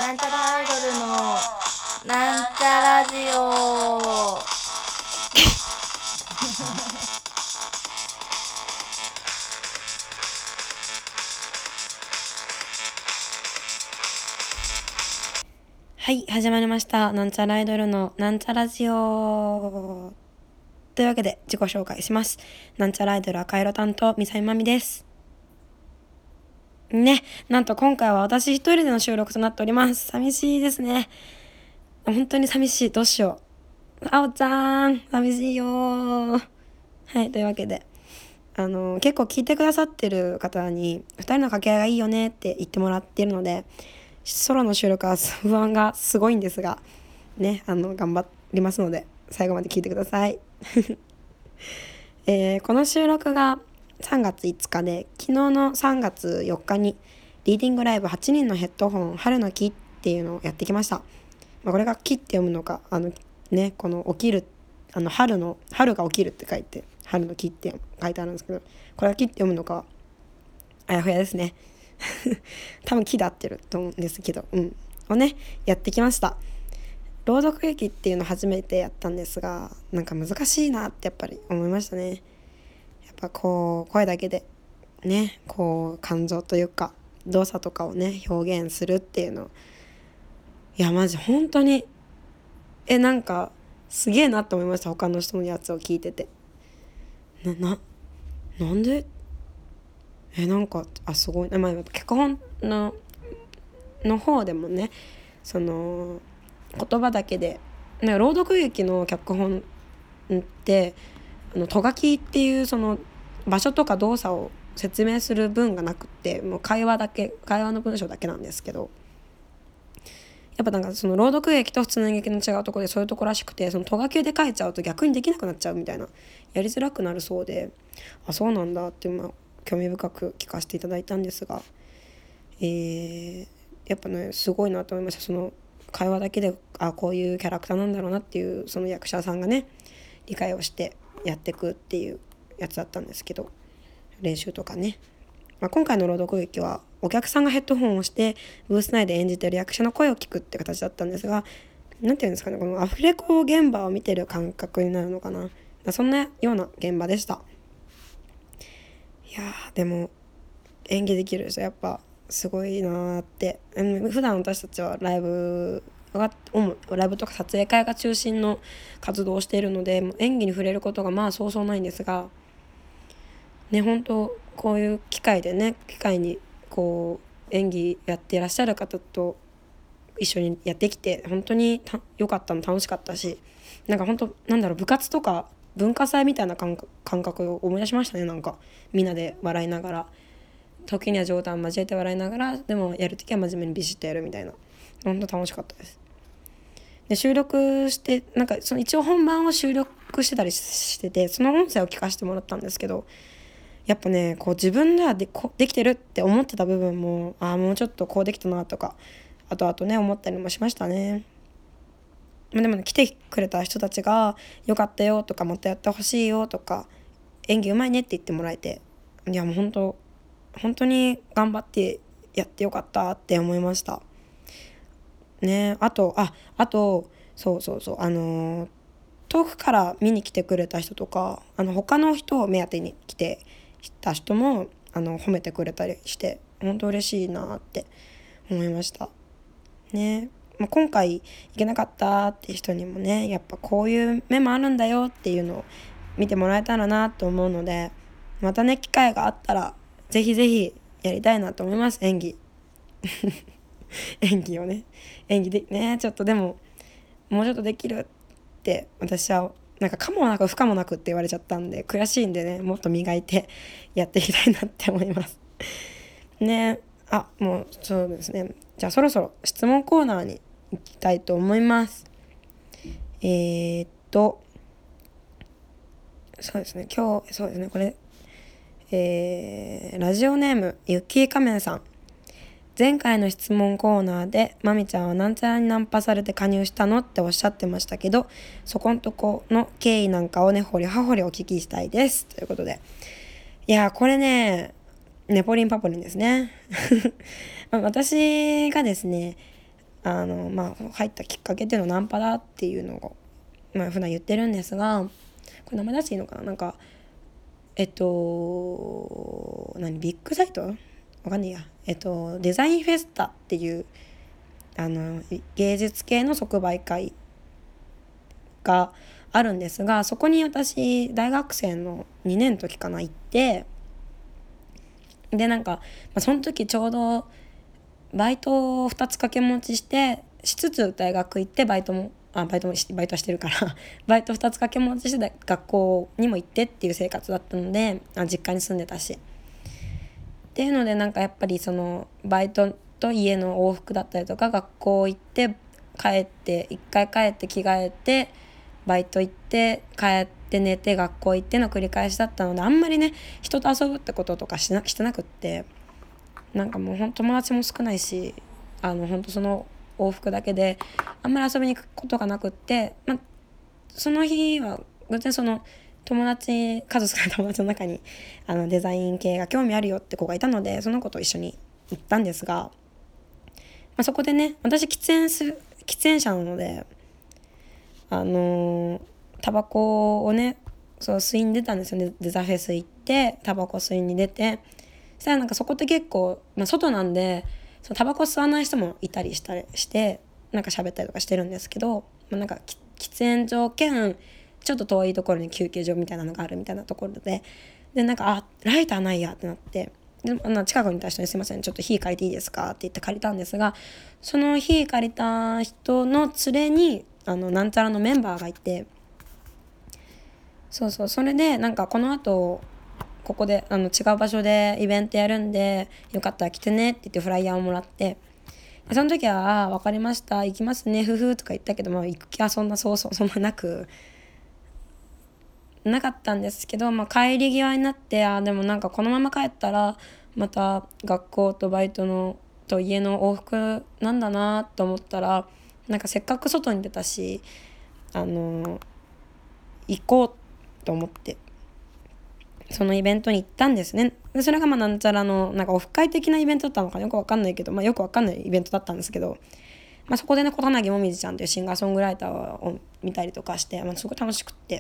なんちゃらアイドルのなんちゃラジオ。 はい、始まりました。なんちゃらアイドルのなんちゃラジオ。というわけで自己紹介します。なんちゃらアイドル赤色担当、みさいまみです。ね、なんと今回は私一人での収録となっております。寂しいですね。本当に寂しい。どうしよう。あおちゃん、寂しいよー。はい、というわけで。結構聞いてくださってる方に2人の掛け合いがいいよねって言ってもらっているので、ソロの収録は不安がすごいんですがね、頑張りますので最後まで聞いてください。この収録が3月5日で、昨日の3月4日にリーディングライブ8人のヘッドホン春の木っていうのをやってきました。これが木って読むのか、この起きる、春が起きるって書いて春の木って書いてあるんですけど、これが木って読むのかあやふやですね。多分木で合ってると思うんですけど、をねやってきました。朗読劇っていうの初めてやったんですが、なんか難しいなってやっぱり思いましたね。やっぱこう声だけでね、こう感情というか動作とかをね表現するっていうの、いやマジ本当になんかすげえなって思いました。他の人のやつを聞いてて、なんでなんかすごい、脚本の方でもね、その言葉だけで、朗読劇の脚本ってとがきっていうその場所とか動作を説明する文がなくって、もう会話の文章だけなんですけど、やっぱなんかその朗読劇と普通の演劇の違うところでそういうところらしくて、そのとがきで書いちゃうと逆にできなくなっちゃうみたいな、やりづらくなるそうで、そうなんだって、興味深く聞かせていただいたんですが、やっぱねすごいなと思いました。その会話だけでこういうキャラクターなんだろうなっていう、その役者さんがね理解をしてやっていくっていうやつだったんですけど、練習とかね、今回の朗読劇はお客さんがヘッドホンをしてブース内で演じている役者の声を聞くって形だったんですが、なんていうんですかね、このアフレコ現場を見てる感覚になるのかな、そんなような現場でした。いやでも演技できる人やっぱすごいなって。普段私たちはライブとか撮影会が中心の活動をしているので、演技に触れることがそうそうないんですがね、本当こういう機会にこう演技やっていらっしゃる方と一緒にやってきて本当に良かったの、楽しかったし、なんか本当部活とか文化祭みたいな感覚を思い出しましたね。なんかみんなで笑いながら、時には冗談交えて笑いながら、でもやるときは真面目にビシッとやるみたいな、本当楽しかったです。で収録してその一応本番を収録してたりしてて、その音声を聞かせてもらったんですけど、やっぱねこう自分ではできてるって思ってた部分ももうちょっとこうできたなとか後々ね思ったりもしましたね。でもね、来てくれた人たちがよかったよとか、またやってほしいよとか、演技うまいねって言ってもらえて、いやもう本当に頑張ってやってよかったって思いましたね。あとそう遠くから見に来てくれた人とか、他の人を目当てに来てた人も褒めてくれたりして、本当嬉しいなって思いましたね。今回行けなかったっていう人にもね、やっぱこういう目もあるんだよっていうのを見てもらえたらなと思うので、またね機会があったらぜひぜひやりたいなと思います。演技演技をね、演技でね、ちょっとでももうちょっとできるって私は可もなく不可もなくって言われちゃったんで悔しいんでね、もっと磨いてやっていきたいなって思いますね。もうそうですね、じゃあそろそろ質問コーナーに行きたいと思います。そうですね、これラジオネームゆっきー仮面さん。前回の質問コーナーでまみちゃんはなんちゃらにナンパされて加入したのっておっしゃってましたけど、そこんとこの経緯なんかを根掘り葉掘りお聞きしたいですということで、いやこれねネポリンパポリンですね私がですね入ったきっかけっていうのはナンパだっていうのを、普段言ってるんですが、これ名前出していいのかな、なんかビッグサイトわかんないや、デザインフェスタっていう芸術系の即売会があるんですが、そこに私大学生の2年の時かな行って、でその時ちょうどバイトを2つ掛け持ちしつつ大学行ってバイトはしてるからバイト2つ掛け持ちして学校にも行ってっていう生活だったので、実家に住んでたしっていうので、やっぱりそのバイトと家の往復だったりとか、学校行って一回帰って着替えてバイト行って帰って寝て学校行っての繰り返しだったので、あんまりね人と遊ぶってこととかしてなくって、もう友達も少ないし、本当その往復だけであんまり遊びに行くことがなくって、その日は偶然その数少ない友達の中にデザイン系が興味あるよって子がいたので、その子と一緒に行ったんですが、そこでね、私喫煙者なのでタバコをね吸いに出たんですよね。デザフェス行ってタバコ吸いに出て、そしたらそこって結構、外なんでそのタバコ吸わない人もいたりして喋ったりとかしてるんですけど、喫煙所兼ちょっと遠いところに休憩所みたいなのがあるみたいなところでライターないやってなって、で近くにいた人にすいませんちょっと火借りていいですかって言って借りたんですが、その火借りた人の連れになんちゃらのメンバーがいて、それでこの後ここで違う場所でイベントやるんでよかったら来てねって言ってフライヤーをもらって、その時は分かりました行きますねふふとか言ったけど、行く気はそんななかったんですけど、帰り際になってでもこのまま帰ったらまた学校とバイトと家の往復なんだなと思ったら、せっかく外に出たし行こうと思ってそのイベントに行ったんですね。でそれがなんちゃらのオフ会的なイベントだったのかよくわかんないけど、よくわかんないイベントだったんですけど、そこでね小柳もみじちゃんというシンガーソングライターを見たりとかして、すごい楽しくって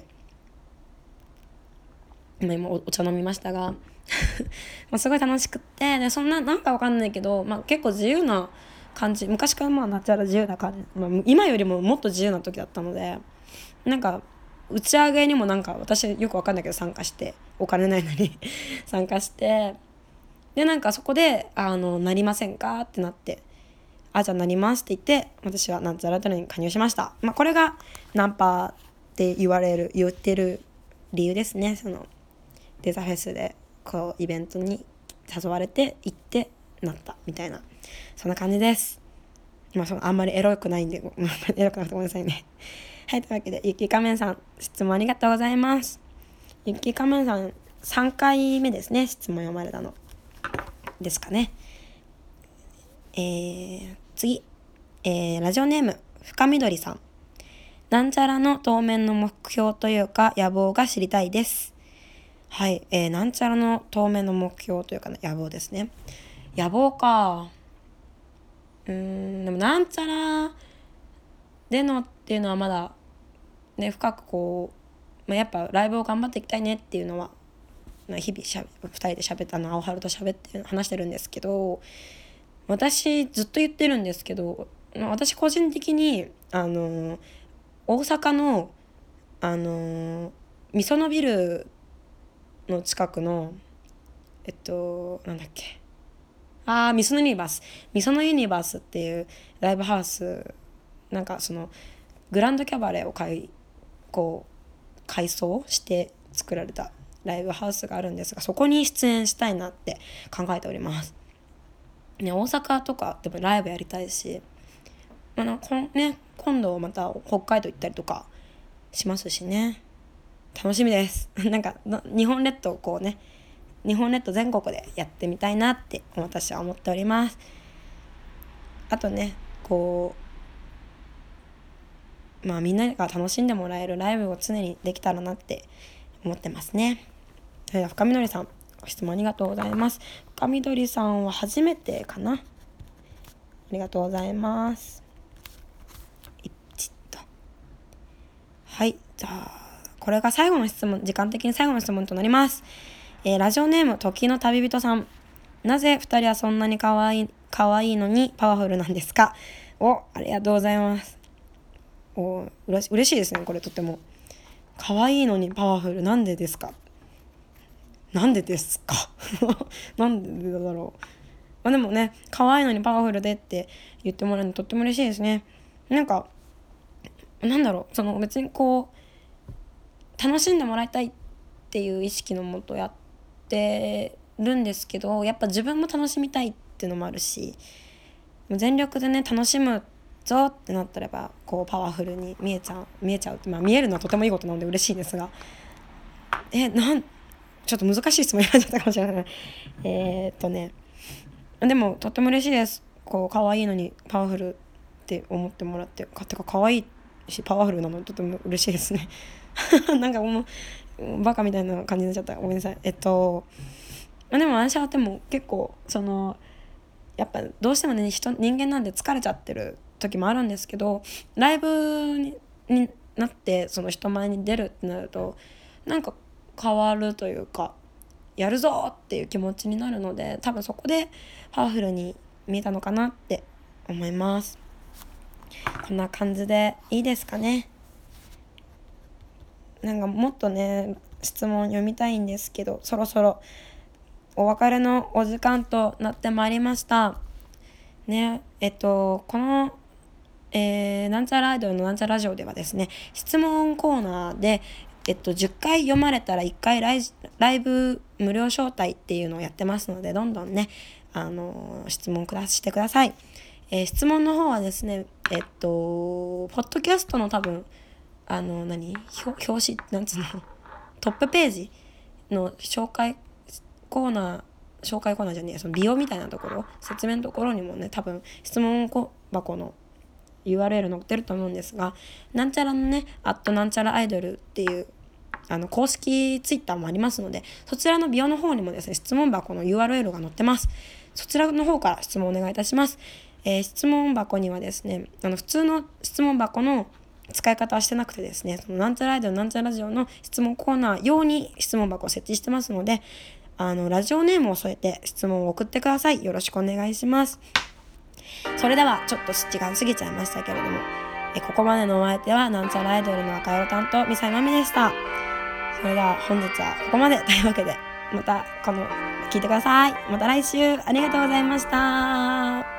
今お茶飲みましたがすごい楽しくって、でそんなわかんないけど、結構自由な感じ、昔からなんちゃら自由な感じ、今よりももっと自由な時だったので、打ち上げにも私よくわかんないけど参加して、お金ないのに参加して、でそこでなりませんかってなって、じゃあなりますって言って私はなんちゃらとに加入しました。これがナンパって言ってる理由ですね。そのデザフェスでイベントに誘われて行ってなったみたいな、そんな感じです。あんまりエロくないんでエロくなくてごめんなさいね。はい、というわけでゆきかめんさん質問ありがとうございます。ゆきかめんさん3回目ですね、質問読まれたのですかね。次、ラジオネーム深緑さん、なんちゃらの当面の目標というか野望が知りたいです。はい、なんちゃらの当面の目標というか、野望ですね。野望か。でもなんちゃらでのっていうのはまだね深くやっぱライブを頑張っていきたいねっていうのは日々2人で喋った青春と喋って話してるんですけど、私ずっと言ってるんですけど、私個人的に大阪のみそのビルの近くのなんだっけ、みそのユニバースっていうライブハウス、そのグランドキャバレーを改装して作られたライブハウスがあるんですが、そこに出演したいなって考えております、ね。大阪とかでもライブやりたいし、今度また北海道行ったりとかしますしね、楽しみです日本列島全国でやってみたいなって私は思っております。あとねみんなが楽しんでもらえるライブを常にできたらなって思ってますね。それでは深緑さんご質問ありがとうございます。深緑さんは初めてかな。ありがとうございます。 はい、じゃあこれが最後の質問、時間的に最後の質問となります。ラジオネーム時の旅人さん、なぜ2人はそんなに可愛いのにパワフルなんですか？ありがとうございます。嬉しいですね。これとても可愛いのにパワフル、なんでですかなんでだろう。でもね、可愛いのにパワフルでって言ってもらうのとっても嬉しいですね。なんかなんだろう、その別にこう楽しんでもらいたいっていう意識のもとやってるんですけど、やっぱ自分も楽しみたいっていうのもあるし、全力でね楽しむぞってなったらばこうパワフルに見えちゃう、見えるのはとてもいいことなので嬉しいですが、ちょっと難しい質問になっちゃったかもしれない。でもとっても嬉しいです。こう可愛いのにパワフルって思ってもらって、てか可愛いしパワフルなのとても嬉しいですね。なんかもうバカみたいな感じになっちゃった。ごめんなさい。でも私はでも結構やっぱどうしてもね人間なんで疲れちゃってる時もあるんですけど、ライブになってその人前に出るってなるとなんか変わるというか、やるぞっていう気持ちになるので、多分そこでパワフルに見えたのかなって思います。こんな感じでいいですかね。なんかもっとね質問読みたいんですけど、そろそろお別れのお時間となってまいりましたね。この、なんちゃらアイドルのなんちゃらラジオではですね、質問コーナーで10回読まれたら1回ライブ無料招待っていうのをやってますので、どんどんね質問してください。質問の方はですねポッドキャストの多分表紙なんつうのトップページの紹介コーナーじゃねえ、その美容みたいなところ、説明のところにもね多分質問箱の URL 載ってると思うんですが、なんちゃらのねなんちゃらアイドルっていう公式ツイッターもありますので、そちらの美容の方にもですね質問箱の URL が載ってます。そちらの方から質問お願いいたします。質問箱にはですね普通の質問箱の使い方はしてなくてですね、そのなんちゃらアイドルなんちゃらラジオの質問コーナー用に質問箱を設置してますので、ラジオネームを添えて質問を送ってください。よろしくお願いします。それではちょっと時間過ぎちゃいましたけれども、ここまでのお相手はなんちゃらアイドルの赤色担当ミサイマミでした。それでは本日はここまでというわけで、また聞いてください。また来週ありがとうございました。